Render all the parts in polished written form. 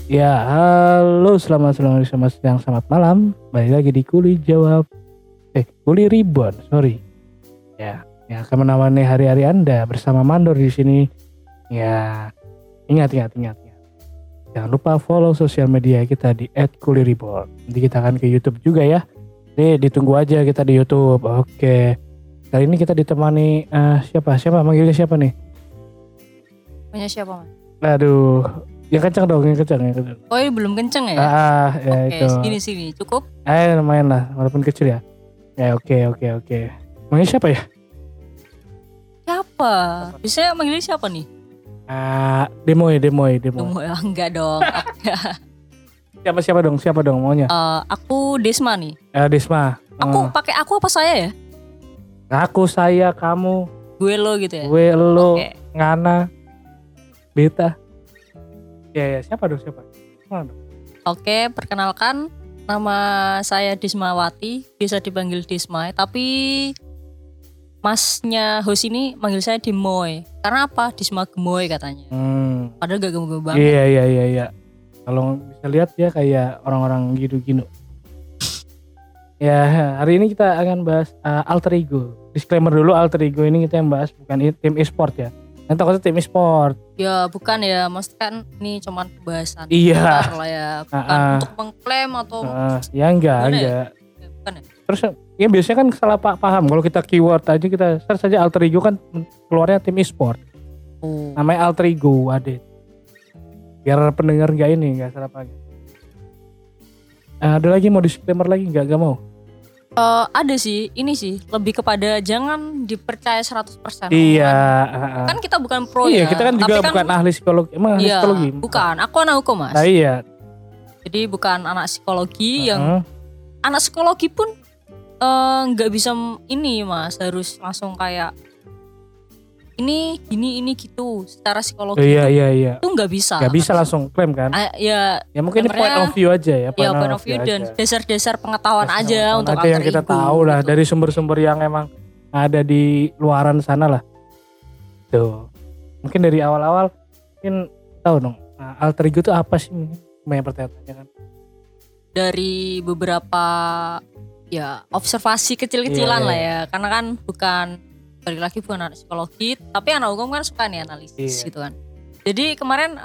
Ya, halo, selamat siang, selamat malam. Balik lagi di Kuli Jawab. Kuli Reborn, sorry. Ya, akan menemani hari-hari Anda bersama Mandor di sini. Ya, ingat. Jangan lupa follow sosial media kita di @kulireborn. Nanti kita akan ke YouTube juga ya. Nih, ditunggu aja kita di YouTube. Oke. Kali ini kita ditemani siapa? Manggilnya siapa nih? Punya siapa, Mas? Aduh, yang kencang dong, yang kencang. Oh, ini belum kenceng ya? Ya Oke, itu. sini cukup. Lumayan lah, walaupun kecil ya. Ya oke. Manggil siapa ya? Siapa? Bisa manggilnya siapa nih? Demoy. Tunggu ya, enggak dong. Siapa dong maunya? Aku Desma nih. Desma. Aku pakai aku apa saya ya? Aku, saya, kamu, Gue lo gitu ya. gue, lo, Oke. Ngana, Beta. Ya, siapa dong? Mana dong? Oke, perkenalkan, nama saya Desmawati, bisa dipanggil Desma. Tapi masnya host ini manggil saya Demoy. Karena apa? Desma Gemoy katanya. Padahal gak gemoy banget. Iya. Kalau bisa lihat ya kayak orang-orang gitu-gitu. Ya, hari ini kita akan bahas alter ego. Disclaimer dulu, alter ego ini kita yang bahas bukan tim e-sport ya. Nanti takutnya tim e-sport. Ya bukan ya, maksudnya kan ini cuman pembahasan. Iya. Bentar lah ya, bukan untuk mengklaim atau Ya enggak. Ya, bukan ya. Terus ya biasanya kan salah paham. Kalau kita keyword aja, kita search saja alter ego kan keluarnya tim e-sport. Oh. Namanya alter ego, Adit. Biar pendengar enggak salah paham. Ada lagi mau disclaimer lagi enggak mau? Ada sih, ini sih lebih kepada jangan dipercaya 100%. Iya. Kan kita bukan pro Iya, ya. kita kan juga bukan ahli psikologi. Emang ahli iya, psikologi? bukan. Aku anak hukum, Mas. Nah, iya. Jadi bukan anak psikologi yang anak psikologi pun nggak bisa ini, Mas. Harus langsung kayak ini gitu secara psikologi. Iya. Itu nggak bisa. Nggak bisa langsung klaim kan? Ya Mungkin ini point of view aja ya. Point of view dan dasar-dasar pengetahuan aja untuk alter yang kita ego, tahu lah gitu. dari sumber-sumber yang emang ada di luaran sana lah. Tuh. Mungkin dari awal-awal mungkin tahu dong. Alter ego itu apa sih? Banyak pertanyaan kan. Dari beberapa ya observasi kecil-kecilan lah ya. Karena kan balik lagi bukan anak psikologi, tapi anak hukum kan suka nih analisis gitu kan. Jadi kemarin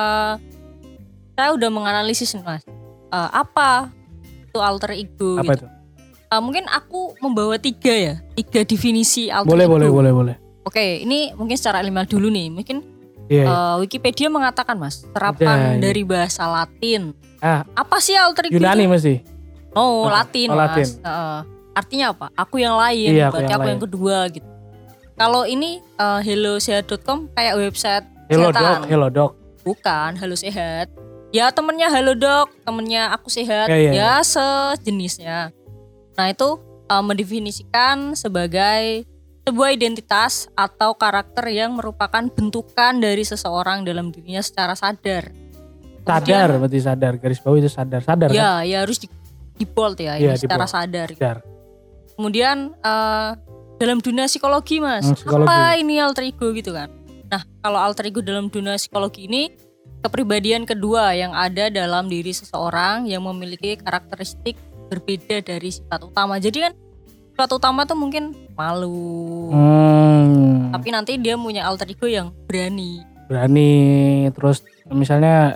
saya udah menganalisis nih, Mas. Apa itu alter ego Apa gitu. itu? Mungkin aku membawa 3 definisi alter ego. Boleh. Oke, ini mungkin secara ilmiah dulu nih. Mungkin Wikipedia mengatakan, Mas, serapan dari bahasa Latin. Apa sih alter ego? Yunani mesti. Latin, Mas. Latin. Artinya apa? Aku yang lain, berarti aku yang kedua gitu. Kalau ini hellosehat.com kayak website kesehatan. Hello Bukan, Halo Sehat. Ya temennya Halodoc, temennya Aku Sehat. Ya sejenisnya. Nah itu mendefinisikan sebagai sebuah identitas atau karakter yang merupakan bentukan dari seseorang dalam dirinya secara sadar. Berarti sadar. Garis bawah itu sadar ya, kan? Ya harus di bold ya, ini secara sadar. Kemudian dalam dunia psikologi, Mas, apa ini alter ego gitu kan? Nah, kalau alter ego dalam dunia psikologi ini kepribadian kedua yang ada dalam diri seseorang yang memiliki karakteristik berbeda dari sifat utama. Jadi kan sifat utama tuh mungkin malu, tapi nanti dia punya alter ego yang berani. Terus misalnya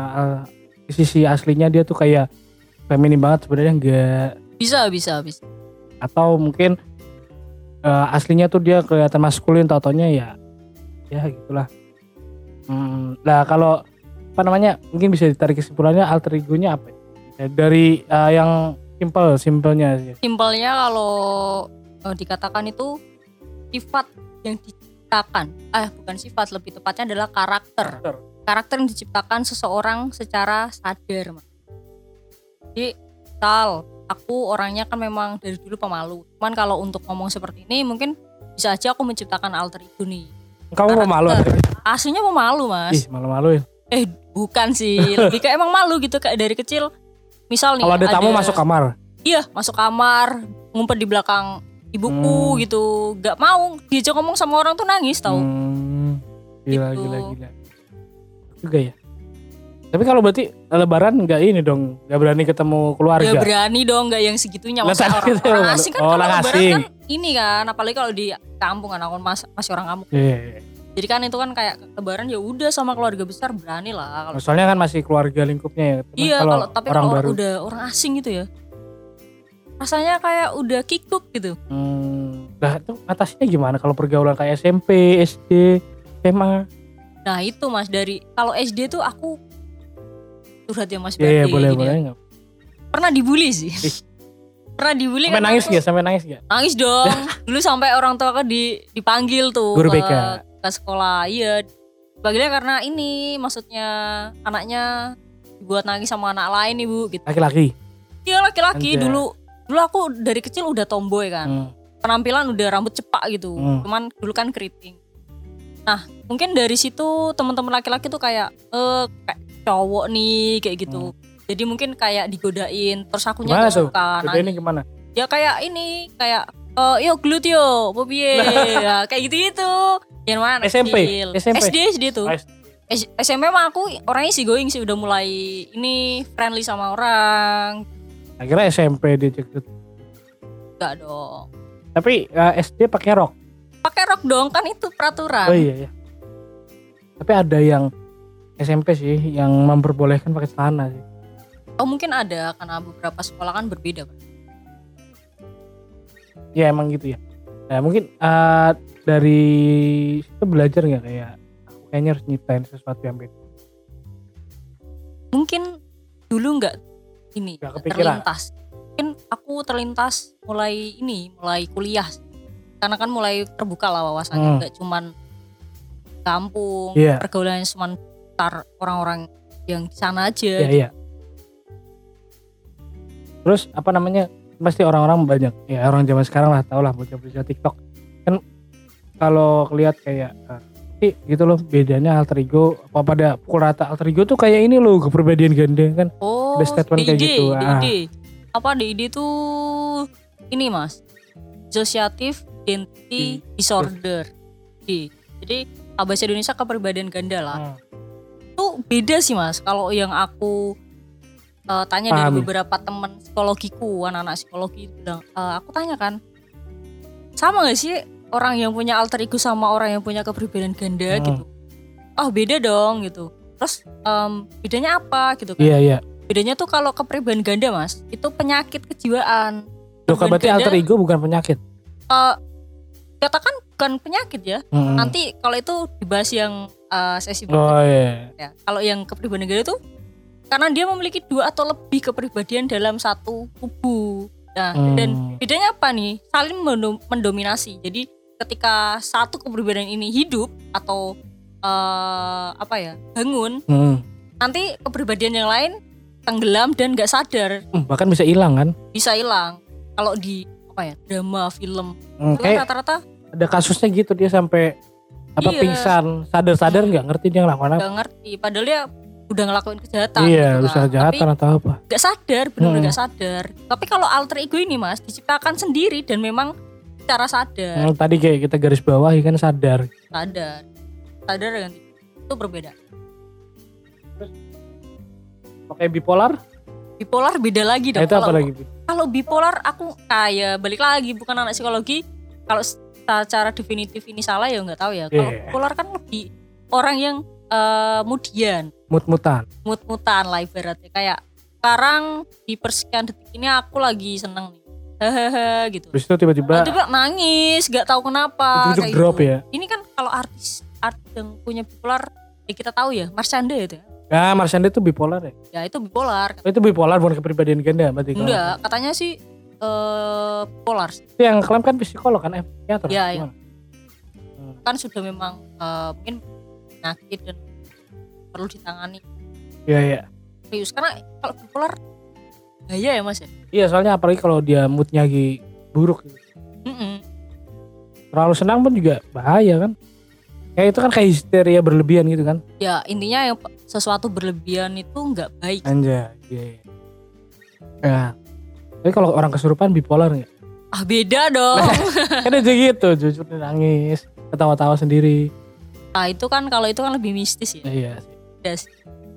sisi aslinya dia tuh kayak feminin banget, sebenarnya enggak. Bisa. Atau mungkin aslinya tuh dia kelihatan maskulin, taunya ya gitulah. Nah kalau mungkin bisa ditarik kesimpulannya alter egonya apa ya? Dari yang simpelnya kalau dikatakan itu sifat yang diciptakan, bukan sifat, lebih tepatnya adalah karakter yang diciptakan seseorang secara sadar, Mas. Jadi misal aku orangnya kan memang dari dulu pemalu. Cuman kalau untuk ngomong seperti ini mungkin bisa aja aku menciptakan alter ego nih. Kamu pemalu? Aslinya pemalu, Mas. Malu-maluin. Bukan sih. Lebih kayak emang malu gitu, kayak dari kecil. Misal nih. Kalau ada tamu masuk kamar? Iya, masuk kamar, ngumpet di belakang ibuku gitu. Gak mau diajak ngomong sama orang tuh nangis tau. Gila. Juga ya. Tapi kalau berarti lebaran nggak ini dong, nggak berani ketemu keluarga? Nggak berani dong, nggak yang segitunya. Masa orang asing kan, kalau lebaran kan ini kan, apalagi kalau di kampung kan, aku masih orang kampung. Yeah. Jadi kan itu kan kayak lebaran ya udah sama keluarga besar berani lah. Soalnya kan masih keluarga lingkupnya ya. Iya, tapi kalau udah orang asing gitu ya, rasanya kayak udah kikuk gitu. Nah itu atasnya gimana kalau pergaulan kayak SMP, SD, SMA? Nah itu Mas, dari kalau SD tuh aku curhat ya Mas. Iya boleh. Pernah dibully sih. Pernah dibully. Sampai nangis gak? Nangis dong. Dulu sampai orang tua aku dipanggil tuh guru BK ke sekolah. Iya. Panggilnya karena ini, maksudnya anaknya dibuat nangis sama anak lain Ibu gitu. Laki-laki? Iya laki-laki. Dulu aku dari kecil udah tomboy kan. Penampilan udah rambut cepak gitu. Cuman dulu kan keriting. Nah mungkin dari situ teman-teman laki-laki tuh kayak cowok nih kayak gitu. Jadi mungkin kayak digodain, terus akunya suka. Nah, ini gimana? Ya kayak ini, kayak yo gelut yo, bobiye, ya, kayak gitu. Yang mana SMP? SD tuh. SMP mah aku orangnya sih going sih, udah mulai ini friendly sama orang. Akhirnya SMP dia cekut. Enggak dong. Tapi SD pakai rok. Pakai rok dong, kan itu peraturan. Oh iya. Tapi ada yang SMP sih yang memperbolehkan pakai celana sih. Oh mungkin ada, karena beberapa sekolah kan berbeda. Ya emang gitu ya. Nah mungkin dari situ belajar nggak kayak aku kayaknya harus nyiptain sesuatu yang beda. Mungkin dulu nggak kepikiran. Terlintas. Mungkin aku terlintas mulai kuliah. Karena kan mulai terbuka lah wawasannya, nggak cuman kampung, pergaulannya cuma orang-orang yang di sana aja. Iya. Terus pasti orang-orang banyak ya, orang zaman sekarang lah tau lah bocah-bocah TikTok kan, kalau lihat kayak gitu loh bedanya alter ego pada pukul rata. Alter ego tuh kayak ini loh, kepribadian ganda kan. Ada statement kayak gitu. DID tuh ini Mas, dissociative identity disorder. Jadi bahasa Indonesia kepribadian ganda lah. Itu beda sih Mas, kalau yang aku tanya dari beberapa teman psikologiku, anak-anak psikologi bilang, aku tanya kan, sama gak sih orang yang punya alter ego sama orang yang punya kepribadian ganda gitu? Beda dong gitu. Terus bedanya apa gitu kan? Iya. Bedanya tuh kalau kepribadian ganda Mas, itu penyakit kejiwaan. Berarti alter ego bukan penyakit? Katakan bukan penyakit ya. Nanti kalau itu dibahas yang sesi berikutnya. Ya, kalau yang kepribadian ganda tuh karena dia memiliki 2 atau lebih kepribadian dalam satu tubuh. Nah, dan bedanya apa nih? Saling mendominasi. Jadi ketika satu kepribadian ini hidup atau bangun, nanti kepribadian yang lain tenggelam dan gak sadar. Bahkan bisa hilang kan? Bisa hilang. Kalau di drama, film, itu kan rata-rata ada kasusnya gitu, dia sampai pingsan, sadar nggak ngerti dia ngelakuin apa. Nggak ngerti, padahal dia udah ngelakuin kejahatan. Iya, gitu usaha kejahatan atau apa. Gak sadar, benar-benar gak sadar. Tapi kalau alter ego ini Mas, diciptakan sendiri dan memang secara sadar. Tadi kayak kita garis bawahi kan sadar kan, itu berbeda. Terus pakai bipolar beda lagi dong. Itu apa lagi? Kalau bipolar aku kayak balik lagi, bukan anak psikologi. Kalau secara definitif ini salah ya nggak tahu ya. Kalau bipolar kan lebih orang yang mut-mutan lah ibaratnya, kayak sekarang di persekian detik ini aku lagi seneng nih, hehehe gitu. Terus itu tiba-tiba nangis, nggak tahu kenapa. Kayak drop gitu. Ya. Ini kan kalau artis yang punya bipolar ya kita tahu ya, Marshanda itu ya. Ya, Marshanda itu bipolar ya? Ya itu bipolar. Itu bipolar bukan kepribadian ganda berarti? Enggak, katanya sih bipolar. Itu yang klaim kan psikolog kan, psikiater. Iya. Kan sudah memang mungkin penyakit dan perlu ditangani. Iya. Serius, karena kalau bipolar bahaya ya Mas ya? Iya, soalnya apalagi kalau dia moodnya lagi buruk gitu. Terlalu senang pun juga bahaya kan. Kayak itu kan kayak histeria berlebihan gitu kan. Ya intinya yang sesuatu berlebihan itu gak baik. Anjay, iya. Ya. Tapi kalau orang kesurupan bipolar gak? Beda dong. Kan aja gitu, jujur nangis, ketawa-tawa sendiri. Nah itu kan, kalau itu kan lebih mistis ya. Iya sih.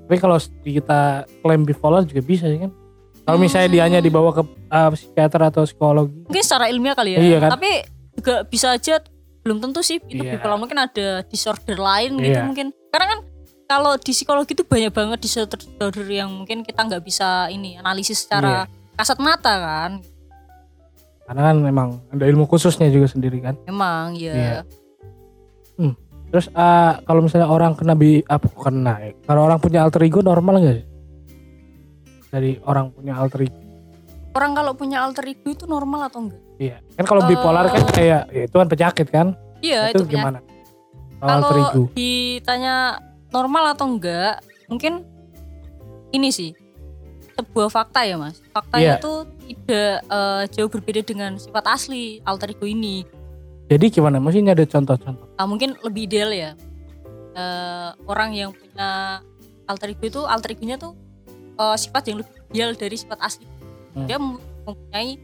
Tapi kalau kita klaim bipolar juga bisa sih kan. Kalau misalnya dia hanya dibawa ke psikiater atau psikologi. Mungkin secara ilmiah kali ya. Iya kan? Tapi juga bisa aja, belum tentu sih itu bipolar. Mungkin ada disorder lain gitu mungkin. Karena kan kalau di psikologi itu banyak banget disorder yang mungkin kita nggak bisa analisis secara kasat mata kan. Karena kan memang ada ilmu khususnya juga sendiri kan. Emang ya. Terus kalau misalnya orang kalau orang punya alter ego normal nggak sih? Dari orang punya alter ego. Orang kalau punya alter ego itu normal atau enggak? Iya. Kan kalau bipolar kan kayak itu kan penyakit kan? Iya itu gimana? Kalau ditanya normal atau enggak, mungkin ini sih sebuah fakta ya mas. Faktanya itu tidak jauh berbeda dengan sifat asli alter ego ini. Jadi gimana? Maksudnya ada contoh-contoh? Mungkin lebih ideal ya. Orang yang punya alter ego itu alter egonya tuh sifat yang lebih ideal dari sifat asli. Dia mempunyai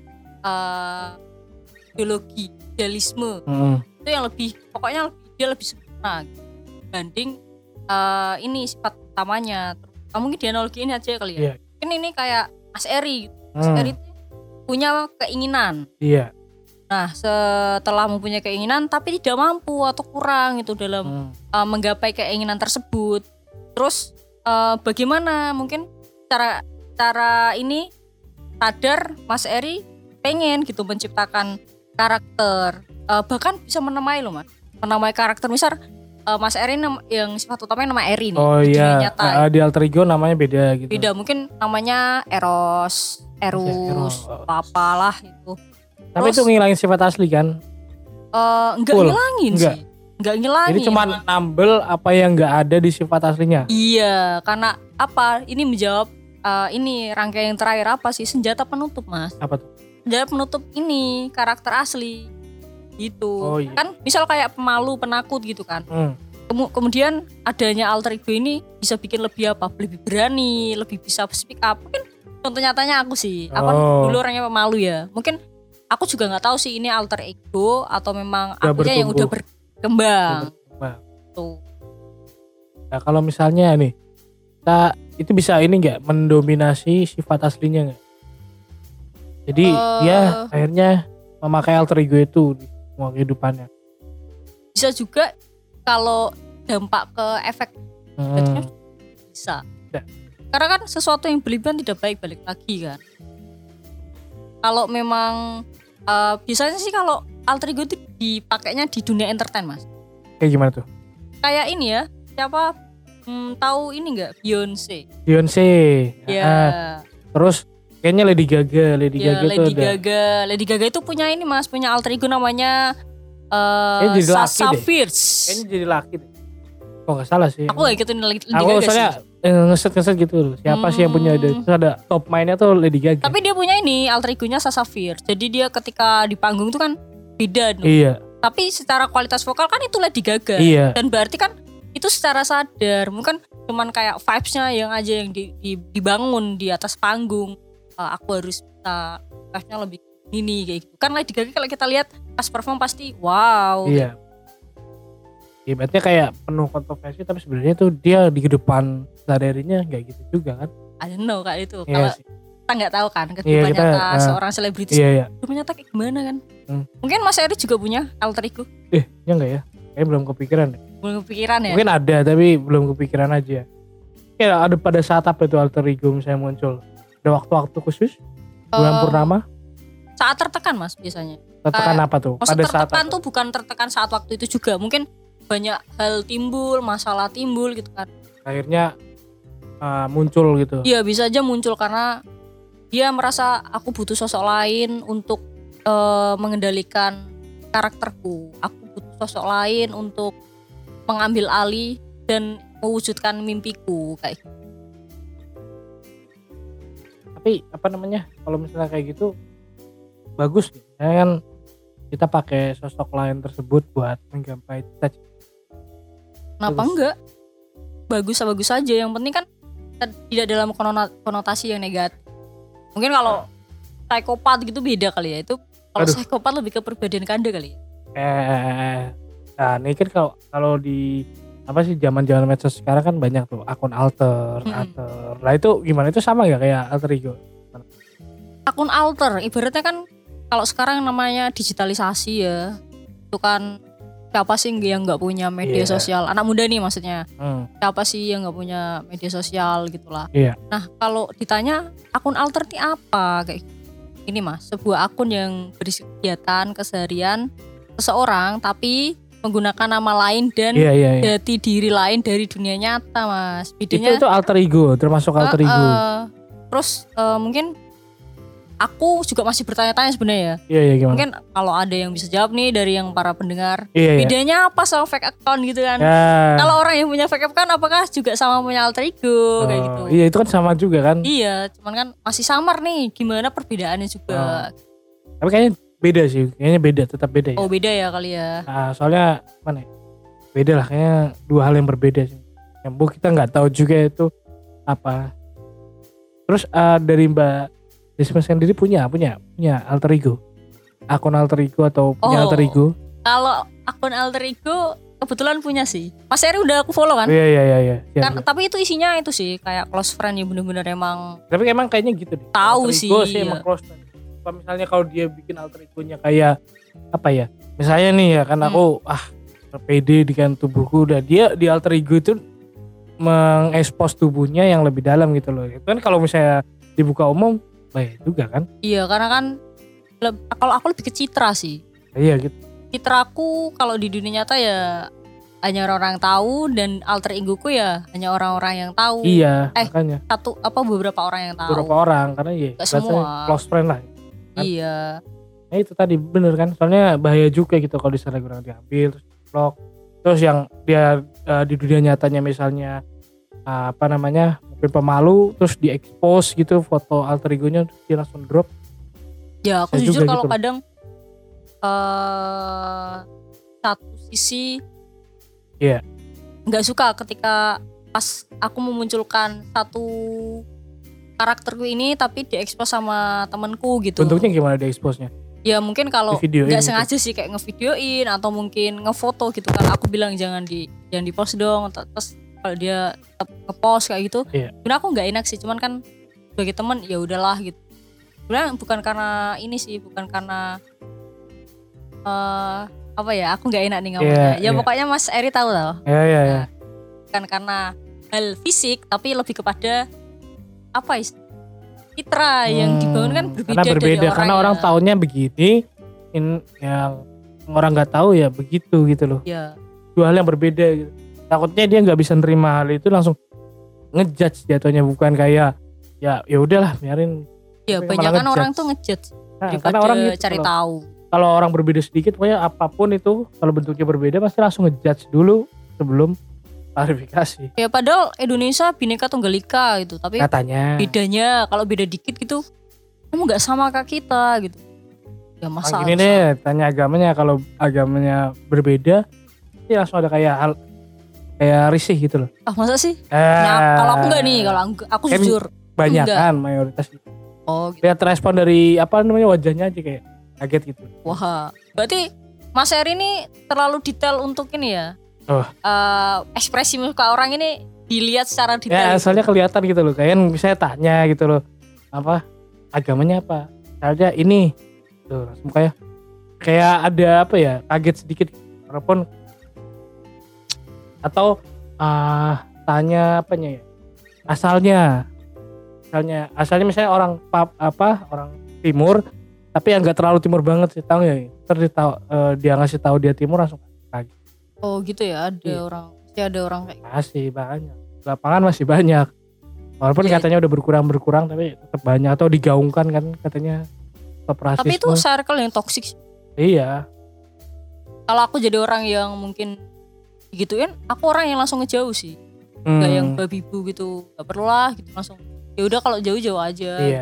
idealisme. Itu yang pokoknya lebih ideal, lebih sempurna dibanding ini sifat utamanya. Mungkin dianalogiin aja kali ya. Mungkin ini kayak Mas Eri. Mas Eri itu punya keinginan. Iya. Nah, setelah mempunyai keinginan tapi tidak mampu atau kurang itu dalam menggapai keinginan tersebut. Terus bagaimana mungkin cara ini sadar Mas Eri pengen gitu menciptakan karakter, bahkan bisa menamai loh Mas. Menamai karakter misal Mas Eri yang sifat utamanya nama Eri nih. Oh iya, nyata. Di alter ego namanya beda gitu. Beda, mungkin namanya Erus, apalah itu. Tapi itu ngilangin sifat asli kan? Enggak ngilangin sih. Enggak ngilangin. Jadi cuma nambel apa yang enggak ada di sifat aslinya. Iya, karena apa? Ini menjawab ini rangkaian yang terakhir apa sih? Senjata penutup, Mas. Apa tuh? Senjata penutup ini karakter asli. Gitu. Oh, iya. Kan misal kayak pemalu, penakut gitu kan. Kemudian adanya alter ego ini bisa bikin lebih apa? Lebih berani, lebih bisa speak up. Mungkin contoh nyatanya aku sih. Aku dulu orangnya pemalu ya. Mungkin aku juga nggak tahu sih ini alter ego atau memang akunya yang udah berkembang. Tuh. Nah, kalau misalnya nih, kita itu bisa ini nggak mendominasi sifat aslinya nggak? Jadi dia akhirnya memakai alter ego itu di semua kehidupannya. Bisa juga kalau dampak ke efek bisa. Ya. Karena kan sesuatu yang berlebihan tidak baik balik lagi kan. Kalau memang biasanya sih kalau alter ego itu dipakainya di dunia entertain mas. Kayak gimana tuh? Kayak ini ya, siapa tahu ini nggak Beyonce? Ya. Terus kayaknya Lady Gaga itu punya ini mas, punya alter ego namanya Sasha Fierce. Kayaknya jadi laki deh. Kok nggak salah sih? Aku gak ikutin Lady Gaga. Aku soalnya ngeset gitu. Siapa sih yang punya ide? Terus ada top mainnya tuh Lady Gaga. Tapi dia punya ini alter egonya Sasha Fierce. Jadi dia ketika di panggung tuh kan beda. Iya. Tapi secara kualitas vokal kan itu Lady Gaga. Iya. Dan berarti kan itu secara sadar. Mungkin cuman kayak vibes-nya yang dibangun di atas panggung. Aku harus bisa vibes-nya lebih ini kayak gitu. Kan Lady Gaga kalau kita lihat pas perform pasti wow. Iya. Ibaratnya kayak penuh kontroversi tapi sebenarnya tuh dia di kehidupan sehari-harinya nggak gitu juga kan? I don't know kak itu. Iya kalau kita nggak tahu kan kehidupan nyata seorang selebritis. Kehidupan nyata kayak gimana kan? Mungkin Mas Eri juga punya alter ego. Ya enggak ya? Kayaknya belum kepikiran. Belum kepikiran ya? Mungkin ada tapi belum kepikiran aja. Kayak ada pada saat apa itu alter ego misalnya muncul? Ada waktu-waktu khusus? Bulan purnama? Saat tertekan mas biasanya. Tertekan apa tuh? Pada tertekan saat tuh bukan tertekan saat waktu itu juga. Mungkin banyak hal timbul, masalah timbul gitu kan. Akhirnya muncul gitu. Iya bisa aja muncul karena dia merasa aku butuh sosok lain untuk mengendalikan karakterku. Aku butuh sosok lain untuk mengambil alih dan mewujudkan mimpiku kayak gitu. Tapi kalau misalnya kayak gitu bagus gitu. Ya kan kita pakai sosok lain tersebut buat menggapai cita-cita. Kenapa enggak? Bagus aja. Yang penting kan tidak dalam konotasi yang negatif. Mungkin kalau psikopat gitu beda kali ya. Itu kalau psikopat lebih ke perbedaan kanda kali ya. Nah ini kan kalau di apa sih zaman medsos sekarang kan banyak tuh akun alter. Lah itu gimana, itu sama gak kayak alter ego? Akun alter ibaratnya kan kalau sekarang namanya digitalisasi ya. Itu kan siapa sih yang nggak punya media sosial? Anak muda nih maksudnya. Siapa sih yang nggak punya media sosial gitulah. Nah kalau ditanya akun alter ini apa kayak ini mas, sebuah akun yang berisi kegiatan keseharian seseorang tapi menggunakan nama lain dan jati diri lain dari dunia nyata mas. Bedanya itu alter ego, termasuk alter ego. Terus mungkin aku juga masih bertanya-tanya sebenarnya ya. Gimana? Mungkin kalau ada yang bisa jawab nih dari yang para pendengar. Bedanya apa sama fake account gitu kan? Kalau orang yang punya fake account apakah juga sama punya alter ego kayak gitu? Iya itu kan sama juga kan? Iya, cuman kan masih samar nih. Gimana perbedaannya juga? Tapi kayaknya beda sih, tetap beda ya. Oh beda ya kali ya. Nah, soalnya mana? Beda lah, kayaknya dua hal yang berbeda sih. Yang kita nggak tahu juga itu apa. Terus dari Mbak Desma sendiri punya alter ego, akun alter ego atau punya alter ego? Kalau akun alter ego kebetulan punya sih. Mas Eri udah aku follow kan? Iya. Kan, tapi itu isinya itu sih kayak close friend yang bener-bener emang. Tapi emang kayaknya gitu deh. Tahu sih. Alter ego sih emang close friend. Kalau misalnya kalau dia bikin alter egonya kayak apa ya? Misalnya nih ya kan aku pede dengan tubuhku, dan dia di alter ego itu mengekspos tubuhnya yang lebih dalam gitu loh. Itu kan kalau misalnya dibuka umum baik juga kan? Iya, karena kan kalau aku lebih ke citra sih. Iya gitu. Citraku kalau di dunia nyata ya hanya orang tahu, dan alter egoku ya hanya orang-orang yang tahu. Iya, makanya. Beberapa orang yang tahu. Beberapa orang, karena gak semua. Close friend lah. Kan? Iya. Nah itu tadi bener kan? Soalnya bahaya juga gitu kalau di Instagram diambil terus vlog. Terus yang dia di dunia nyatanya misalnya mungkin pemalu, terus di-expose gitu foto alter egonya, terus dia langsung drop. Ya aku jujur kalau gitu. Kadang satu sisi nggak suka ketika pas aku memunculkan satu karakterku ini tapi di-expose sama temanku gitu. Bentuknya gimana di-expose-nya? Ya mungkin kalau nggak sengaja sih kayak ngevideoin atau mungkin ngefoto gitu kan, aku bilang jangan di post dong, terus kalau dia tetap ngepost kayak gitu, sebenarnya aku nggak enak sih, cuman kan sebagai teman ya udahlah gitu. Sebenarnya bukan karena ini sih, bukan karena aku nggak enak nih ngomongnya. Pokoknya Mas Eri tahu loh. Iya. Bukan karena hal fisik, tapi lebih kepada citra yang dibangun kan berbeda dari orang. Karena orang taunya begini, yang orang nggak tahu ya begitu gitu loh. Iya. Dua hal yang berbeda gitu. Takutnya dia nggak bisa nerima hal itu, langsung ngejudge jatuhnya, bukan kayak ya udahlah biarin. Ya banyak kan orang tuh ngejudge daripada orang gitu, cari tahu. Kalau orang berbeda sedikit, pokoknya apapun itu kalau bentuknya berbeda pasti langsung ngejudge dulu sebelum klarifikasi. Ya padahal Indonesia Bhinneka Tunggal Ika gitu, tapi katanya bedanya kalau beda dikit gitu, kamu nggak sama kayak kita gitu. Ya masalah. Ini deh tanya agamanya, kalau agamanya berbeda, pasti langsung ada kayak risih gitu loh. Masa sih? Nah, kalau aku enggak nih, kalau aku jujur banyak kan mayoritas gitu. Oh gitu. Lihat respon dari wajahnya aja kayak kaget gitu. Wah, berarti Mas Eri ini terlalu detail untuk ini ya. Ekspresi muka orang ini dilihat secara detail. Ya asalnya kelihatan gitu loh. Kayak misalnya tanya gitu loh, agamanya apa? Misalnya ini tuh mukanya kayak ada kaget sedikit, walaupun atau tanya asalnya misalnya orang orang timur tapi yang nggak terlalu timur banget sih, tahu ya, terus dia ngasih tahu dia timur langsung kaget. Oh gitu ya, ada orang kayak masih banyak, lapangan masih banyak, walaupun katanya udah berkurang tapi tetap banyak, atau digaungkan kan katanya rasisme. Tapi itu circle yang toksik. Iya, kalau aku jadi orang yang mungkin gituin, aku orang yang langsung ngejauh sih, nggak yang babi bu gitu, nggak perlu lah gitu, langsung ya udah kalau jauh aja. Iya.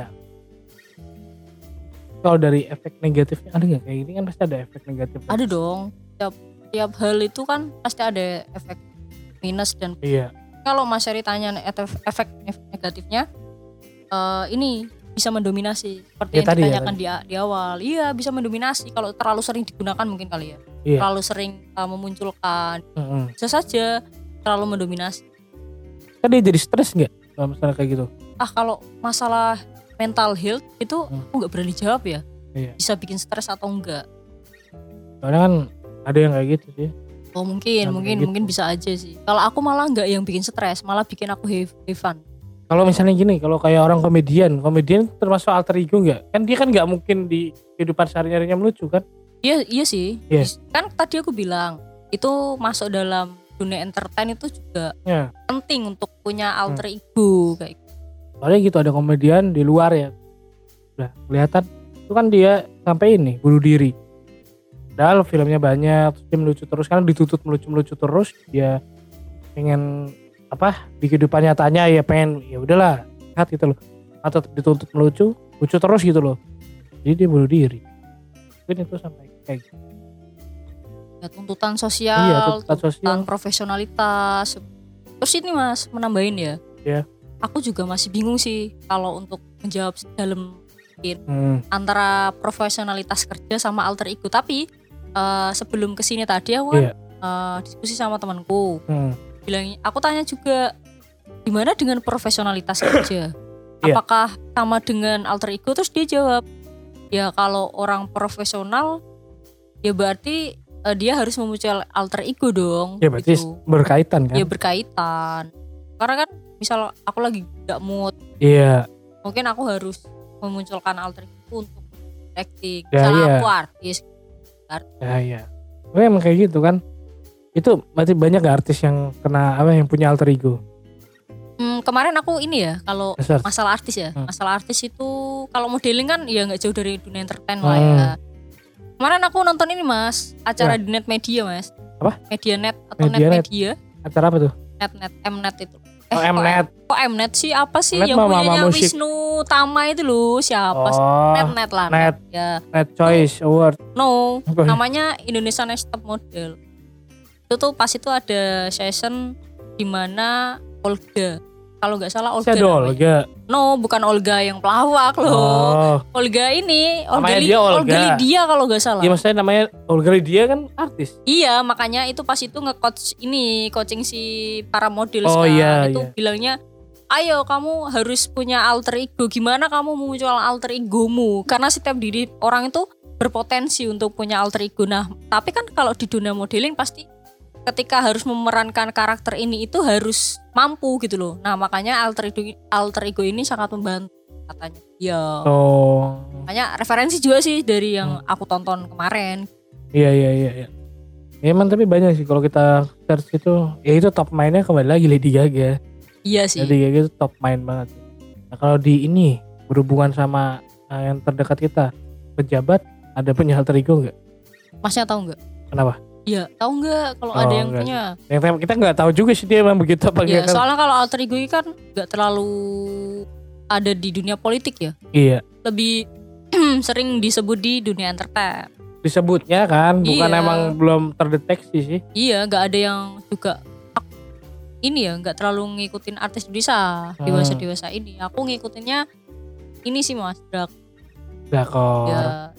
Kalau dari efek negatifnya ada nggak kayak gini, kan pasti ada efek negatif. Ada dong, tiap hal itu kan pasti ada efek minus dan kalau Mas Eri tanya efek negatifnya, ini bisa mendominasi seperti yang ditanyakan di awal. Iya, bisa mendominasi kalau terlalu sering digunakan mungkin kali ya. Terlalu sering memunculkan. Bisa saja terlalu mendominasi. Kan dia jadi stres nggak kalau misalnya kayak gitu? Kalau masalah mental health itu aku nggak berani jawab ya. Iya. Bisa bikin stres atau enggak? Soalnya kan ada yang kayak gitu sih. Oh mungkin bisa aja sih. Kalau aku malah nggak yang bikin stres, malah bikin aku have fun. Kalau misalnya gini, kalau kayak orang komedian termasuk alter ego nggak? Kan dia kan nggak mungkin di kehidupan sehari-harinya melucu kan? Iya sih. Yes. Kan tadi aku bilang itu masuk dalam dunia entertain itu juga penting untuk punya alter ego kayak. Soalnya gitu ada komedian di luar ya, udah kelihatan itu kan dia sampai ini bunuh diri. Padahal filmnya banyak, terus dia melucu terus kan dituntut melucu terus, dia pengen di kehidupan nyatanya ya pengen ya udahlah sehat gitu loh, atau dituntut melucu terus gitu loh, jadi dia bunuh diri. Mungkin itu sampai kayak gitu. Ya, tuntutan sosial, tuntutan profesionalitas. Terus ini Mas menambahin ya. Iya. Aku juga masih bingung sih kalau untuk menjawab dalam antara profesionalitas kerja sama alter ego. Tapi sebelum kesini tadi aku kan diskusi sama temanku. Bilangnya, aku tanya juga gimana dengan profesionalitas kerja? Apakah sama dengan alter ego? Terus dia jawab, ya kalau orang profesional ya berarti dia harus memuncul alter ego dong. Ya berarti gitu. Berkaitan kan? Ya berkaitan. Karena kan misal aku lagi gak mood. Iya. Mungkin aku harus memunculkan alter ego untuk acting. Ya, misalnya aku artis. Ya. Emang kayak gitu kan? Itu berarti banyak gak artis yang kena yang punya alter ego? Kemarin aku ini ya kalau masalah artis ya. Masalah artis itu kalau modeling kan ya gak jauh dari dunia entertain lah ya. Kemarin aku nonton ini Mas, acara di Net Media Mas. Apa? Medianet atau Net Media. Acara apa tuh? Mnet itu. Mnet. Kok Mnet sih? Apa sih Mnet yang punyanya Wisnu Tama itu loh? Siapa? Net lah. Net. Ya. Net Choice Award. No, namanya Indonesia Next Top Model. Itu tuh pas itu ada session di mana Olga. Kalau nggak salah Olga. No, bukan Olga yang pelawak loh. Olga ini, Olga Lydia kalau nggak salah. Iya maksudnya namanya Olga Lydia kan artis. Iya, makanya itu pas itu coaching si para model bilangnya, ayo kamu harus punya alter ego. Gimana kamu memunculkan alter egomu? Karena setiap diri orang itu berpotensi untuk punya alter ego. Nah, tapi kan kalau di dunia modeling pasti ketika harus memerankan karakter ini itu harus mampu gitu loh. Nah makanya alter ego ini sangat membantu katanya. Ya. Makanya referensi juga sih dari yang aku tonton kemarin. Iya. Ya, emang tapi banyak sih kalau kita search itu, ya itu top mainnya kembali lagi Lady Gaga. Iya sih. Lady Gaga itu top main banget. Nah kalau di ini berhubungan sama yang terdekat kita, pejabat ada punya alter ego nggak? Masnya tahu nggak? Kenapa? Iya, tahu nggak kalau ada yang punya? Yang kita nggak tahu juga sih dia emang begitu apa ya, soalnya kalau alter ego kan nggak terlalu ada di dunia politik ya. Iya. Lebih sering disebut di dunia entertain. Disebutnya kan, bukan emang belum terdeteksi sih. Iya, nggak ada yang juga ini ya, nggak terlalu ngikutin artis Indonesia dewasa ini. Aku ngikutinnya ini sih Mas, drakor. Ya,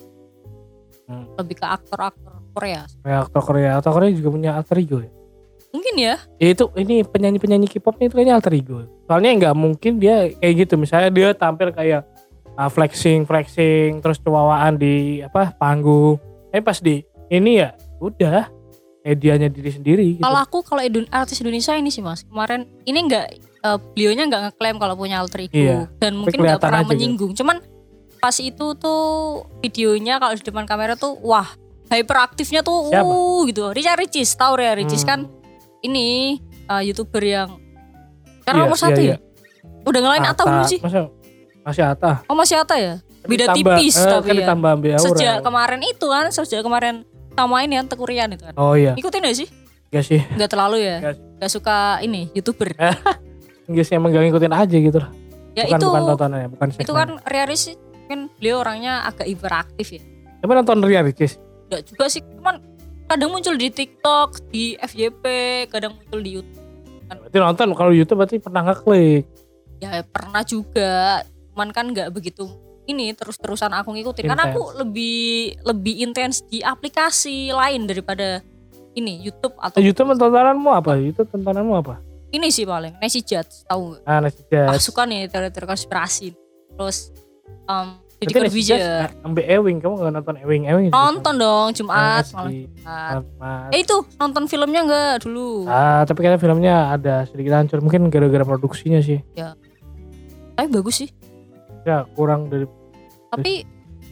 lebih ke aktor-aktor Korea. Aktor Korea juga punya alter ego ya? Mungkin ya. Itu ini penyanyi K-popnya itu kayaknya alter ego. Soalnya nggak mungkin dia kayak gitu. Misalnya dia tampil kayak flexing terus cowawaan di panggung. Pas di ini ya udah dianya diri sendiri gitu. Kalau aku artis Indonesia ini sih Mas. Kemarin ini beliaunya nggak ngeklaim kalau punya alter ego dan mungkin nggak pernah menyinggung. Cuman pas itu tuh videonya kalau di depan kamera tuh wah hyperaktifnya tuh gitu. Ricis tahu ya Ricis kan ini YouTuber yang karena nomor 1 ya. Udah ngelain Atta belum sih? Masih Atta. Oh masih Atta ya? Beda tipis tapi ya. Sejak kemarin itu kan, sama ini yang Teuku Ryan itu kan. Oh iya. Ikutin gak sih? Gak sih. Gak terlalu ya? Gak suka ini YouTuber. Enggak sih, emang gak ngikutin aja gitu lah. Ya bukan tontonannya, bukan segmen. Itu kan Ria Ricis kan beliau orangnya agak hiperaktif ya. Coba nonton Ria Ricis. Enggak juga sih, cuman kadang muncul di TikTok, di FYP, kadang muncul di YouTube. Berarti nonton, kalau YouTube berarti pernah ngeklik. Ya pernah juga, cuman kan nggak begitu ini terus-terusan aku ngikutin. Karena aku lebih intens di aplikasi lain daripada ini YouTube atau YouTube tontonanmu apa? YouTube tontonanmu apa? Ini sih paling Nancy Judge, tahu nggak? Nancy Judge. Suka nih teori-teori konspirasi. Terus Deddy Corbuzier. Ambil Ewing, kamu nggak nonton Ewing? Nonton dong Jumat, malam Jumat. Itu nonton filmnya nggak dulu? Tapi kayaknya filmnya ada sedikit hancur, mungkin gara-gara produksinya sih. Ya. Tapi bagus sih. Ya kurang dari. Tapi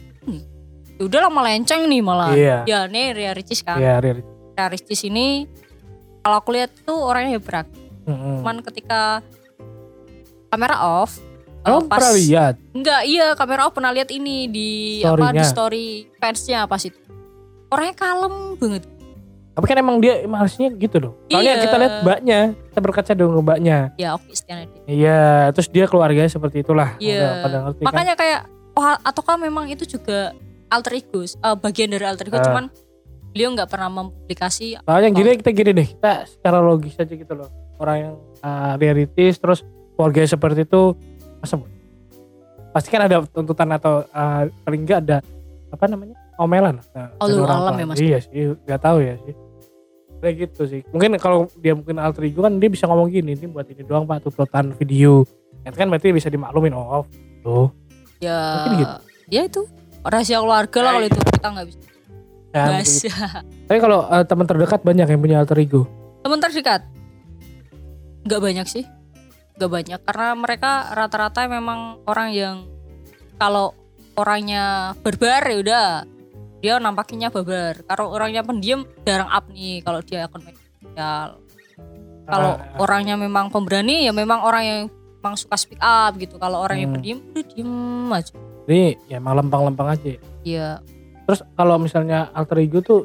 udah lama melenceng nih malah. Iya. Ya nih Ria Ricis kan. Iya Ria Ricis ini kalau aku lihat tuh orangnya hebat. Cuman ketika kamera off. Pernah lihat? Enggak, iya kamera off pernah lihat ini di di story fansnya pas itu. Orangnya kalem banget. Tapi kan emang dia harusnya gitu loh. Soalnya kita lihat mbaknya, kita berkaca dong ke mbaknya. Ya oke Stiana. Iya, terus dia keluarganya seperti itulah. Iya. Makanya kan? Kayak ataukah memang itu juga alter ego, bagian dari alter ego, cuman beliau nggak pernah mempublikasi. Soalnya kita gini deh, kita secara logis aja gitu loh. Orang yang realitis terus keluarganya seperti itu, masa pasti kan ada tuntutan atau paling nggak ada apa namanya omelan. Alam ya mas. Iya sih, nggak tahu ya sih. Kayak gitu sih. Mungkin kalau dia mungkin alter ego kan dia bisa ngomong gini, ini buat ini doang Pak, tuntutan video. Itu kan berarti bisa dimaklumin tuh. Ya. Mungkin gitu. Ya itu rahasia keluarga lah kalau itu kita nggak bisa. Ya, tapi kalau teman terdekat banyak yang punya alter ego. Teman terdekat? Nggak banyak sih. Nggak banyak karena mereka rata-rata memang orang yang kalau orangnya barbar ya udah dia nampakinnya barbar. Kalau orangnya pendiam jarang up nih kalau dia akun media sosial. Kalau orangnya memang pemberani ya memang orang yang memang suka speak up gitu. Kalau orang yang pendiam udah diem aja. Jadi ya emang lempang-lempang aja. Iya. Terus kalau misalnya alter ego tuh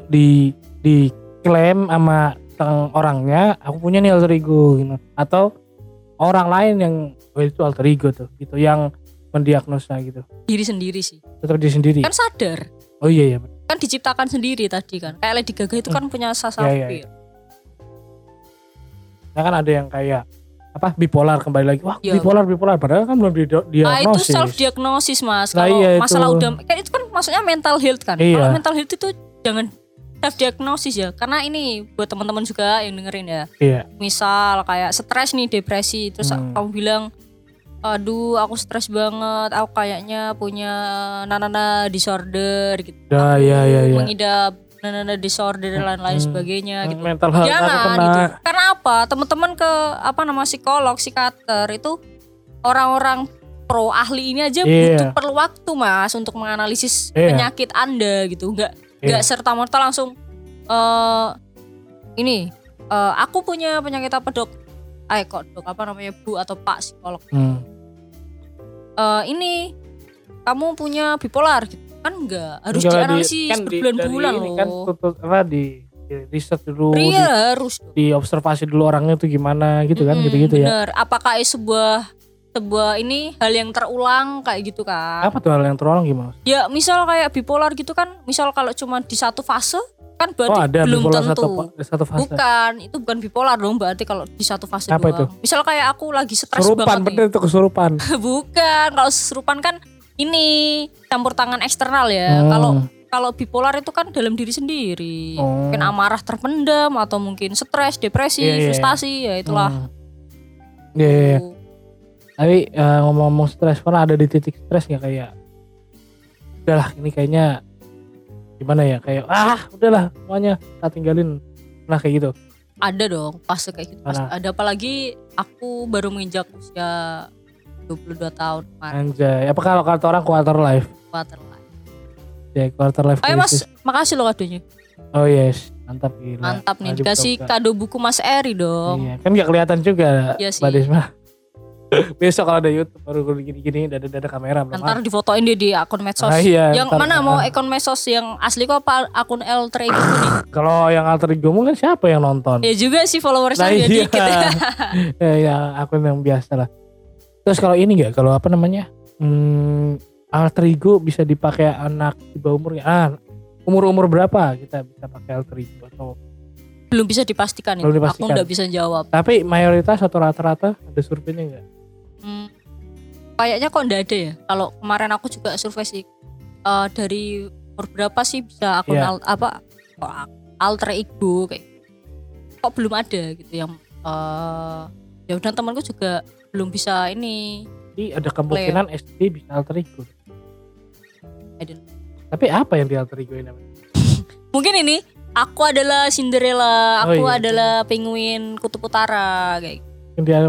diklaim sama orangnya, aku punya nih alter ego gitu. Atau orang lain yang itu alter ego tuh gitu yang mendiagnosa gitu. Diri sendiri sih. Tetap diri sendiri. Kan sadar. Oh iya. Kan diciptakan sendiri tadi kan. Kayak Lady Gaga itu kan punya sasafir. Iya. Nah kan ada yang kayak bipolar kembali lagi. Wah ya. bipolar padahal kan belum diagnosis. Itu self diagnosis mas. Kalau masalah udah kayak itu kan maksudnya mental health kan. Iya. Kalau mental health itu jangan self diagnosis ya. Karena ini buat teman-teman juga yang dengerin ya. Iya. Misal kayak stres nih, depresi, terus kamu bilang aduh aku stres banget, aku kayaknya punya nanana disorder gitu. Iya. Mengidap nanana disorder dan lain-lain sebagainya gitu. Mental health jangan gitu. Karena apa? Teman-teman ke psikolog, psikiater itu orang-orang pro ahli ini aja butuh perlu waktu mas untuk menganalisis penyakit Anda gitu. Enggak serta-merta langsung aku punya penyakit apa dok? Dok Bu atau Pak psikolog. Ini kamu punya bipolar gitu. Kan enggak, harus dianalisis berbulan-bulan loh. Kan di riset dulu. Iya harus. Diobservasi dulu orangnya tuh gimana gitu kan gitu-gitu ya. Bener, apakah sebuah ini hal yang terulang kayak gitu kan. Apa tuh hal yang terulang gimana? Ya misal kayak bipolar gitu kan, misal kalau cuma di satu fase kan berarti belum tentu. Satu fase. Bukan, itu bukan bipolar dong berarti kalau di satu fase apa doang. Itu? Misal kayak aku lagi stres banget. Kesurupan, bener itu kesurupan. Bukan, kalau kesurupan kan ini campur tangan eksternal ya. Kalau bipolar itu kan dalam diri sendiri. Mungkin amarah terpendam atau mungkin stres, depresi, frustasi ya itulah. Iya. Tapi ngomong-ngomong stres, pernah ada di titik stres gak kayak udahlah ini kayaknya gimana ya, kayak udahlah semuanya kita tinggalin, pernah kayak gitu? Ada dong fase kayak gitu. Ada, apalagi aku baru menginjak usia 22 tahun kemarin. Anjay, apa kalau kata orang quarter life? Ya quarter life. Ayo mas, makasih loh kadonya. Oh yes, mantap gila. Mantap nih, dikasih kado buku Mas Eri dong. Iya, kan gak kelihatan juga Mbak Desma. Besok kalau ada YouTube baru gini-gini ada kamera. Ntar difotoin dia di akun medsos. Iya, yang mana mau akun medsos yang asli kok apa akun alter ego nih? Kalau yang alter ego kan siapa yang nonton? Ya juga sih followersnya dia dikit. Ya akun yang biasa lah. Terus kalau ini enggak, kalau alter ego bisa dipakai anak di bawah umurnya. Umur berapa kita bisa pakai alter ego atau belum bisa dipastikan itu. Aku enggak bisa jawab. Tapi mayoritas atau rata-rata ada surveinya enggak? Kayaknya kok enggak ada ya. Kalau kemarin aku juga survei sih dari umur berapa sih bisa akun alter ego kayak. kok belum ada gitu yang ya udah temanku juga belum bisa ini. Jadi ada kemungkinan SD bisa alter ego. Tapi apa yang di alter ego ini namanya? Mungkin ini aku adalah Cinderella, aku adalah penguin kutub utara kayak. Dia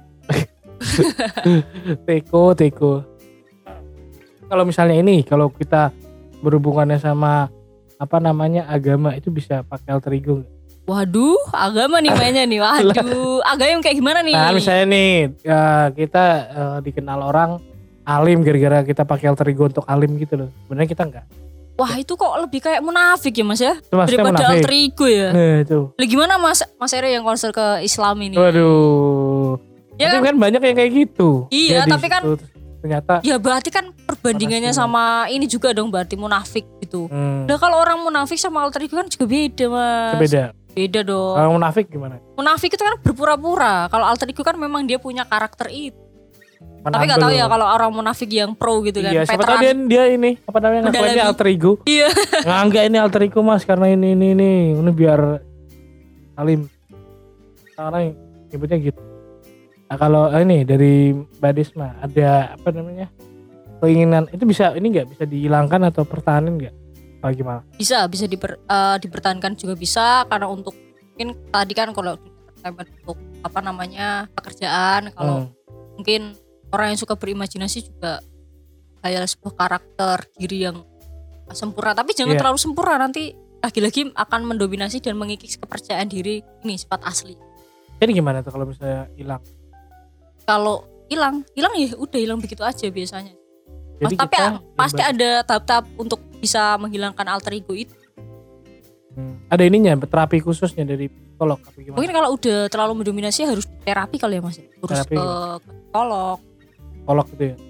Teko. Kalau misalnya ini, kalau kita berhubungannya sama apa namanya agama itu bisa pakai alter ego nggak? Waduh, agama nih mainnya nih. Waduh, agama yang kayak gimana nih? Nah, misalnya nih kita dikenal orang alim gara-gara kita pakai alter ego untuk alim gitu loh. Sebenarnya kita enggak. Wah, itu kok lebih kayak munafik ya Mas ya? Daripada alter ego ya. Nah, itu. Gimana Mas Ere yang konser ke Islam ini? Waduh. Ya tapi kan banyak yang kayak gitu. Iya, tapi kan ternyata ya berarti kan perbandingannya sama ini juga dong, berarti munafik gitu. Nah, kalau orang munafik sama alter ego kan juga beda Mas. Beda dong. Kalau munafik gimana? Munafik itu kan berpura-pura. Kalau alter ego kan memang dia punya karakter itu. Tapi gak tahu ya kalau orang munafik yang pro gitu kan. Iya, siapa tahu dia ini apa namanya ngakuinnya alter ego. Iya. Enggak ini alter ego Mas karena ini biar alim. Karena nyebutnya gitu. Nah, kalau ini dari Mbak Desma ada apa namanya keinginan itu bisa ini nggak bisa dihilangkan atau pertahanan nggak? Gimana? Bisa dipertahankan juga bisa karena untuk mungkin tadi kan kalau untuk apa namanya pekerjaan kalau mungkin orang yang suka berimajinasi juga kayak sebuah karakter diri yang sempurna tapi jangan terlalu sempurna nanti lagi-lagi akan mendominasi dan mengikis kepercayaan diri ini sifat asli. Jadi gimana tuh kalau misalnya hilang? Kalau hilang ya udah hilang begitu aja biasanya. Jadi tapi pasti ada tahap-tahap untuk bisa menghilangkan alter ego itu. Ada ininya terapi khususnya dari psikolog atau gimana? Mungkin kalau udah terlalu mendominasi harus terapi kali ya Mas. Harus ke psikolog. Psikolog gitu ya.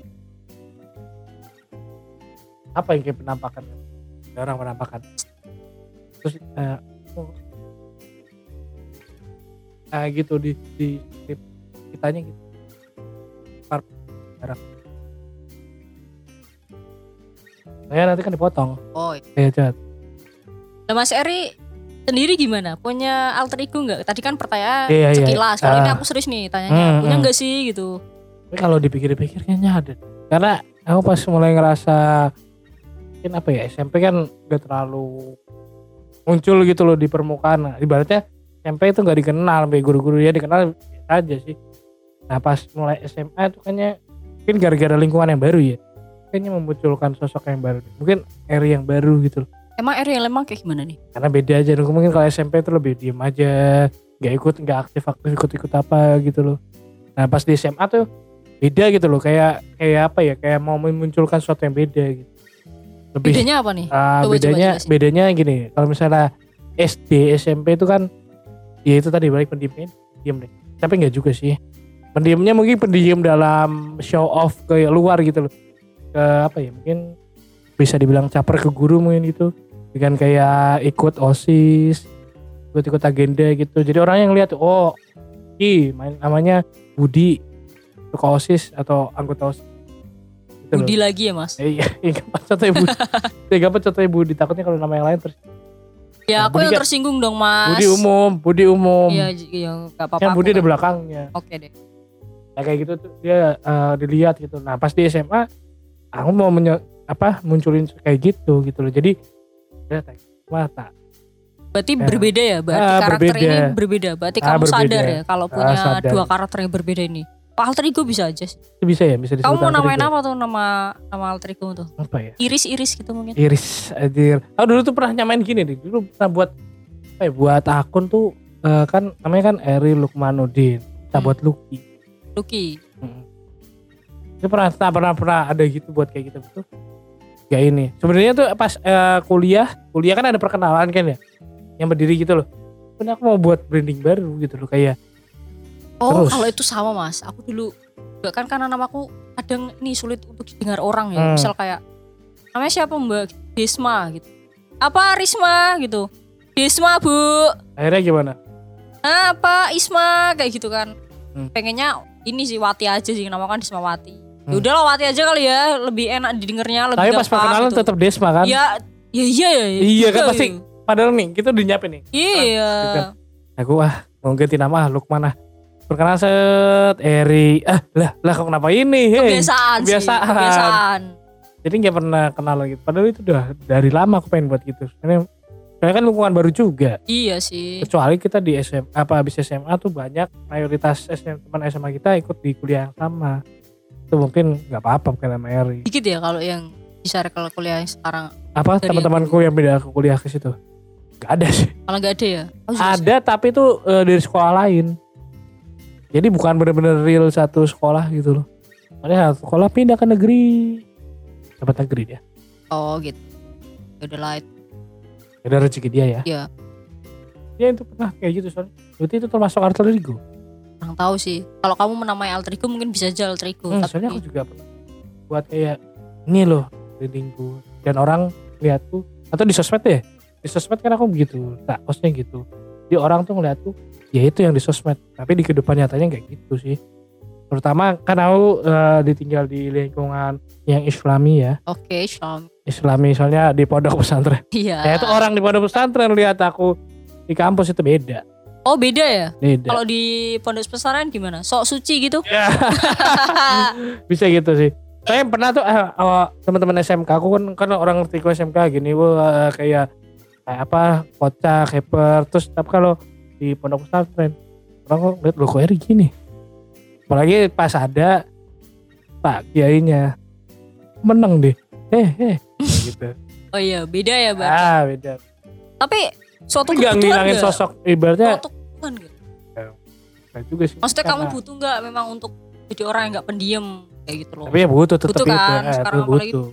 Apa yang kayak penampakan? Orang penampakan. Terus gitu di kitanya gitu. Saya nanti kan dipotong. Oh iya. Cat. Nah Mas Eri sendiri gimana? Punya alter ego nggak? Tadi kan pertanyaan sekilas. Kalau ini aku serius nih tanyanya. Punya nggak sih gitu? Tapi kalau dipikir-pikir kayaknya ada. Karena aku pas mulai ngerasa mungkin apa ya SMP kan udah terlalu muncul gitu loh di permukaan. Nah, ibaratnya SMP itu nggak dikenal, sampai guru-guru ya dikenal aja sih. Nah pas mulai SMA itu kayaknya mungkin gara-gara lingkungan yang baru ya. Kayaknya memunculkan sosok yang baru. Mungkin Eri yang baru gitu loh. Emang Eri yang lemah kayak gimana nih? Karena beda aja. Mungkin kalau SMP itu lebih diem aja. Gak aktif ikut apa gitu loh. Nah pas di SMA tuh beda gitu loh. Kayak apa ya. Kayak mau memunculkan sesuatu yang beda gitu. Bedanya apa nih? Bedanya gini. Kalau misalnya SD, SMP itu kan. Ya itu tadi balik pendiamnya. Diem deh. Tapi gak juga sih. Pendiamnya mungkin pendiam dalam show off ke luar gitu loh. Ke apa ya mungkin bisa dibilang caper ke guru mungkin gitu dengan kayak ikut OSIS ikut agenda gitu jadi orang yang lihat main namanya Budi ke OSIS atau anggota OSIS gitu Budi loh. Lagi ya Mas? Iya contohnya Budi takutnya kalau nama yang lain terus ya aku yang tersinggung dong Mas. Budi umum iya gak apa-apa yang Budi ada belakangnya oke deh nah, kayak gitu tuh dia dilihat gitu nah pas di SMA aku mau munculin kayak gitu loh. Jadi mata. Berarti berbeda ya? Berarti karakter ini berbeda. Berarti kamu berbeda. Sadar ya kalau punya dua karakter yang berbeda ini. Alter ego bisa aja sih. Bisa ya, bisa disebut. Kamu mau namain apa tuh nama alter ego tuh? Apa ya? Iris gitu mungkin. Iris anjir. Aku dulu tuh pernah nyamain gini nih. Dulu pernah buat akun tuh kan namanya kan Eri Lukmanuddin. Kita buat Lucky. Itu pernah ada gitu buat kayak gitu tuh. Ya ini. Sebenarnya tuh pas kuliah kan ada perkenalan kan ya. Yang berdiri gitu loh. Sebenarnya aku mau buat branding baru gitu loh kayak. Kalau itu sama Mas. Aku dulu juga kan karena namaku kadang nih sulit untuk didengar orang ya. Misal kayak namanya siapa Mbak Desma gitu. Apa Risma gitu. Desma Bu. Akhirnya gimana? Apa Isma kayak gitu kan. Pengennya ini sih Wati aja sih namakan Desmawati. Ya udahlah Wati aja kali ya, lebih enak didengarnya, lebih gampang. Tapi pas perkenalan gitu. Tetap Desma kan? Iya. Iya kan pasti. Padahal nih kita udah nyiapin nih. Iya. Gitu kan. Aku mau ganti nama Lukman perkenalan set Eri lah kok kenapa ini kebiasaan. Jadi nggak pernah kenal gitu padahal itu udah dari lama aku pengen buat gitu karena kan lingkungan baru juga. Iya sih, kecuali kita di SMA habis SMA tuh banyak mayoritas teman SMA kita ikut di kuliah yang sama, itu mungkin nggak apa-apa pakai nama Eri. Dikit ya kalau yang di circle kuliah yang sekarang. Apa teman-temanku yang beda ke kuliah ke situ? Gak ada sih. Malah gak ada ya? Ada sih. Tapi itu dari sekolah lain. Jadi bukan benar-benar real satu sekolah gitu loh. Padahal sekolah pindah ke negeri. Dapat negeri dia. Oh gitu. Udah lah. Udah rezeki dia ya. Iya. Dia itu pernah kayak gitu soalnya. Berarti itu termasuk alter ego. Kurang tahu sih. Kalau kamu menamai alter ego mungkin bisa aja alter ego. Soalnya aku juga pernah buat kayak ini loh readingku dan orang lihatku atau di sosmed ya. Di sosmed kan aku begitu, tak posnya gitu. Jadi orang tuh ngeliatku, ya itu yang di sosmed. Tapi di kehidupan nyatanya kayak gitu sih. Terutama kan aku ditinggal di lingkungan yang Islami ya. Oke, Islami soalnya di pondok pesantren. Iya. Ya itu orang di pondok pesantren lihat aku di kampus itu beda. Oh beda ya? Beda. Kalau di pondok pesantren gimana? Sok suci gitu? Ya. Bisa gitu sih. Saya pernah tuh teman-teman SMK aku kan orang ngerti SMK gini, kayak apa kocak, hyper, terus tapi kalau di pondok pesantren orang kok lihat loh kok Eri gini. Apalagi pas ada Pak Kiainya menang deh. Gitu. Oh iya, beda ya, Bang. Beda. Tapi suatu kebutuhan ngilangin sosok ibaratnya. Suatu kebutuhan gitu. Ya, juga sih. Maksudnya kamu butuh enggak memang untuk jadi orang yang enggak pendiam kayak gitu loh. Tapi ya butuh tetap butuh kan? itu. Sekarang butuh.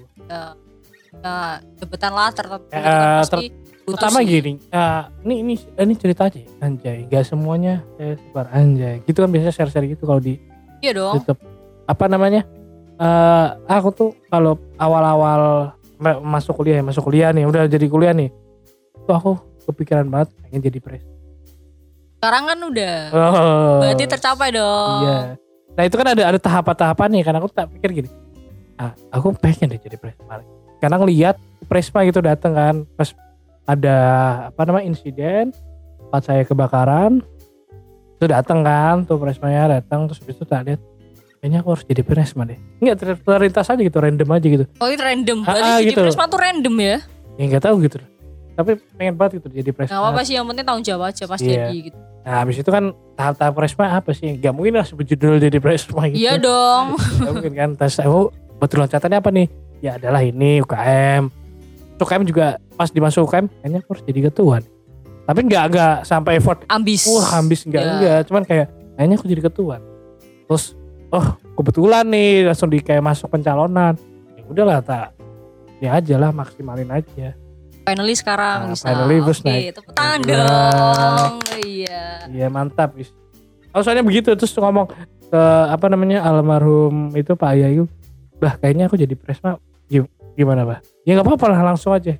Jabatan latar pasti terutama gini. Ini cerita aja anjay. Enggak semuanya saya sebar anjay. Gitu kan biasanya share-share gitu kalau di iya dong. YouTube. Apa namanya? Aku tuh kalau awal-awal masuk kuliah nih, udah jadi kuliah nih. Tuh aku kepikiran banget pengen jadi pres. Sekarang kan udah. Berarti tercapai dong. Iya. Nah itu kan ada tahapan-tahapan nih, karena aku tak pikir gini. Aku pengen deh jadi presma. Karena ngeliat presma gitu datang kan, pas ada insiden, pas saya kebakaran, itu datang kan, tuh presmanya datang, terus habis itu tak lihat, kayaknya aku harus jadi presma deh. Enggak terlintas aja gitu, random aja gitu. Oh itu random, berarti jadi gitu. presma tuh random ya? Ya nggak tahu gitu. Tapi pengen banget gitu jadi presma. Gak apa-apa sih, yang penting tanggung jawab aja pas jadi gitu. Nah habis itu kan tahap-tahap presma apa sih? Gak mungkin lah sebut judul jadi presma gitu. Iya dong. Gak mungkin kan. Terus aku batu loncatannya apa nih? Ya adalah ini UKM. UKM juga pas dimasuk UKM kayaknya aku harus jadi ketua. Tapi gak sampai effort. Ambis. Ambis enggak. Cuman kayak kayaknya aku jadi ketua. Terus kebetulan nih langsung kayak masuk pencalonan. Ya udahlah ya aja lah, maksimalin aja. Finally sekarang bisa. Finally terus naik. Tepuk tangan dong. Iya mantap bis. Soalnya begitu terus ngomong ke almarhum itu Pak Yayu. Bah kayaknya aku jadi presma gimana bah? Ya nggak apa-apa lah, langsung aja.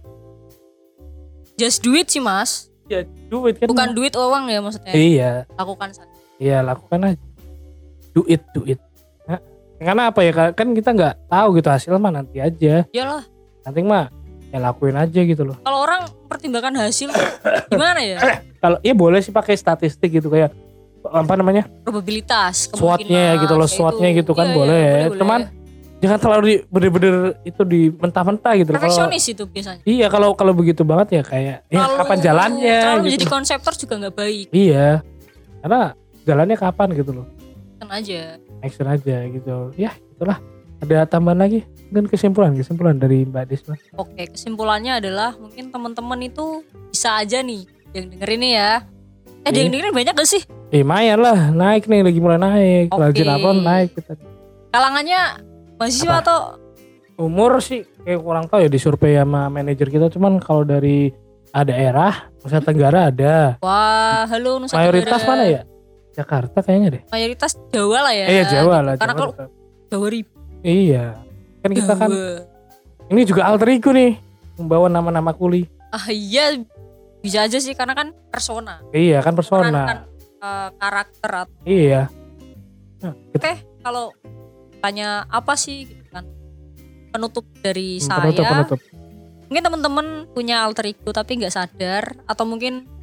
Just do it sih mas. Ya do it kan. Bukan duit uang ya maksudnya. Iya. Lakukan saja. Iya lakukan aja. Do it. Nah, karena apa ya kan kita nggak tahu gitu hasil mah nanti aja. Iyalah. Nanti mah ya lakuin aja gitu loh. Kalau orang pertimbangkan hasil gimana ya? Kalau ya boleh sih pakai statistik gitu kayak probabilitas, SWOT-nya gitu loh, SWOT-nya gitu kan boleh. Cuman jangan terlalu bener-bener itu di mentah-mentah gitu. Perfeksionis itu biasanya. Iya kalau begitu banget ya kayak kapan jalannya. Kalau gitu. Jadi konseptor juga nggak baik. Iya, karena jalannya kapan gitu loh. Action aja gitu. Ya itulah. Ada tambahan lagi? Mungkin kesimpulan dari Mbak Desma. Oke, kesimpulannya adalah mungkin teman-teman itu bisa aja nih yang denger ini ya. Yang dengerin banyak gak sih? Lumayan lah, naik nih, lagi mulai naik. Rajin apa naik kita. Kalangannya mahasiswa atau umur sih kayak kurang tahu ya, di survei sama manajer kita. Cuman kalau dari daerah Nusa Tenggara ada. Wah, halo Nusa Tenggara. Mayoritas mana ya? Jakarta kayaknya deh. Mayoritas Jawa lah ya. Iya Jawa lah. Karena kalau Jawa ribet. Iya. Kan kita kan ini juga alter ego nih, membawa nama-nama kuli. Iya bisa aja sih karena kan persona. Iya kan persona. Kan karakter. Iya. Oke, kalau tanya apa sih gitu kan. Penutup dari saya. Penutup. Mungkin teman-teman punya alter ego tapi nggak sadar, atau mungkin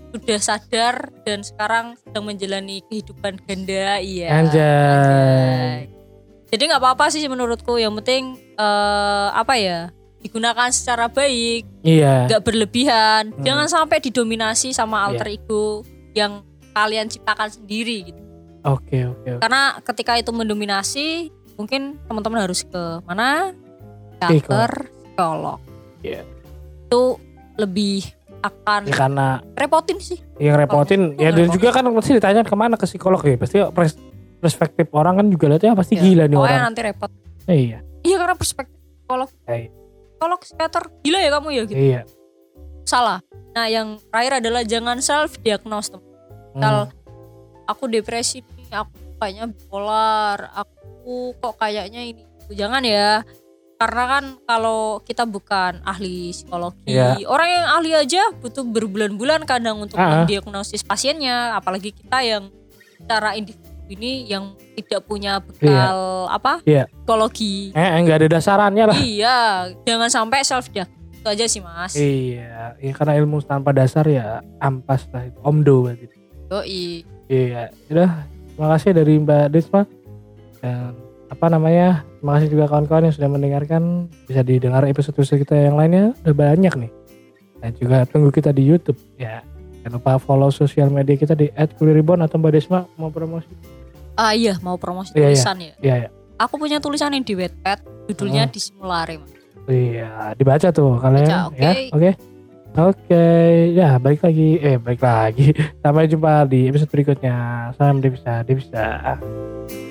sudah sadar dan sekarang sedang menjalani kehidupan ganda. Iya. Anjay. Jadi nggak apa-apa sih menurutku, yang penting digunakan secara baik. Iya. Nggak berlebihan. Jangan sampai didominasi sama alter ego yang kalian ciptakan sendiri gitu. Oke. Karena ketika itu mendominasi, mungkin teman-teman harus ke mana? Psikiater, psikolog. Iya. Itu lebih akan karena repotin sih. Yang repotin ya, dan juga kan pasti ditanya kemana, ke psikolog ya. Pasti perspektif orang kan juga lihatnya pasti gila nih orang. Nanti repot. Iya. Iya, karena perspektif psikolog. Psikolog, psikiater, gila ya kamu ya gitu. Iya. Salah. Nah, yang terakhir adalah jangan self diagnose. Misal aku depresi nih, aku kayaknya bipolar, aku kok kayaknya ini. Jangan ya. Karena kan kalau kita bukan ahli psikologi, orang yang ahli aja butuh berbulan-bulan kadang untuk mendiagnosis pasiennya, apalagi kita yang secara individu ini yang tidak punya bekal psikologi. Enggak ada dasarannya lah. Iya, jangan sampai self diagnosis, itu aja sih Mas. Iya, karena ilmu tanpa dasar ya ampas lah, itu omdo berarti. Yoi. Iya, udah, terima kasih dari Mbak Desma. Dan terima kasih juga kawan-kawan yang sudah mendengarkan. Bisa didengar episode-episode kita yang lainnya, udah banyak nih. Dan juga tunggu kita di YouTube ya. Jangan lupa follow sosial media kita di @kuliribon. Atau Mbak Desma mau promosi? Iya, mau promosi tulisan ya. Iya. Aku punya tulisan yang di Wattpad, judulnya Disimulare. Iya, dibaca tuh kalian. Oke, ya balik lagi. Sampai jumpa di episode berikutnya. Salam Devisa.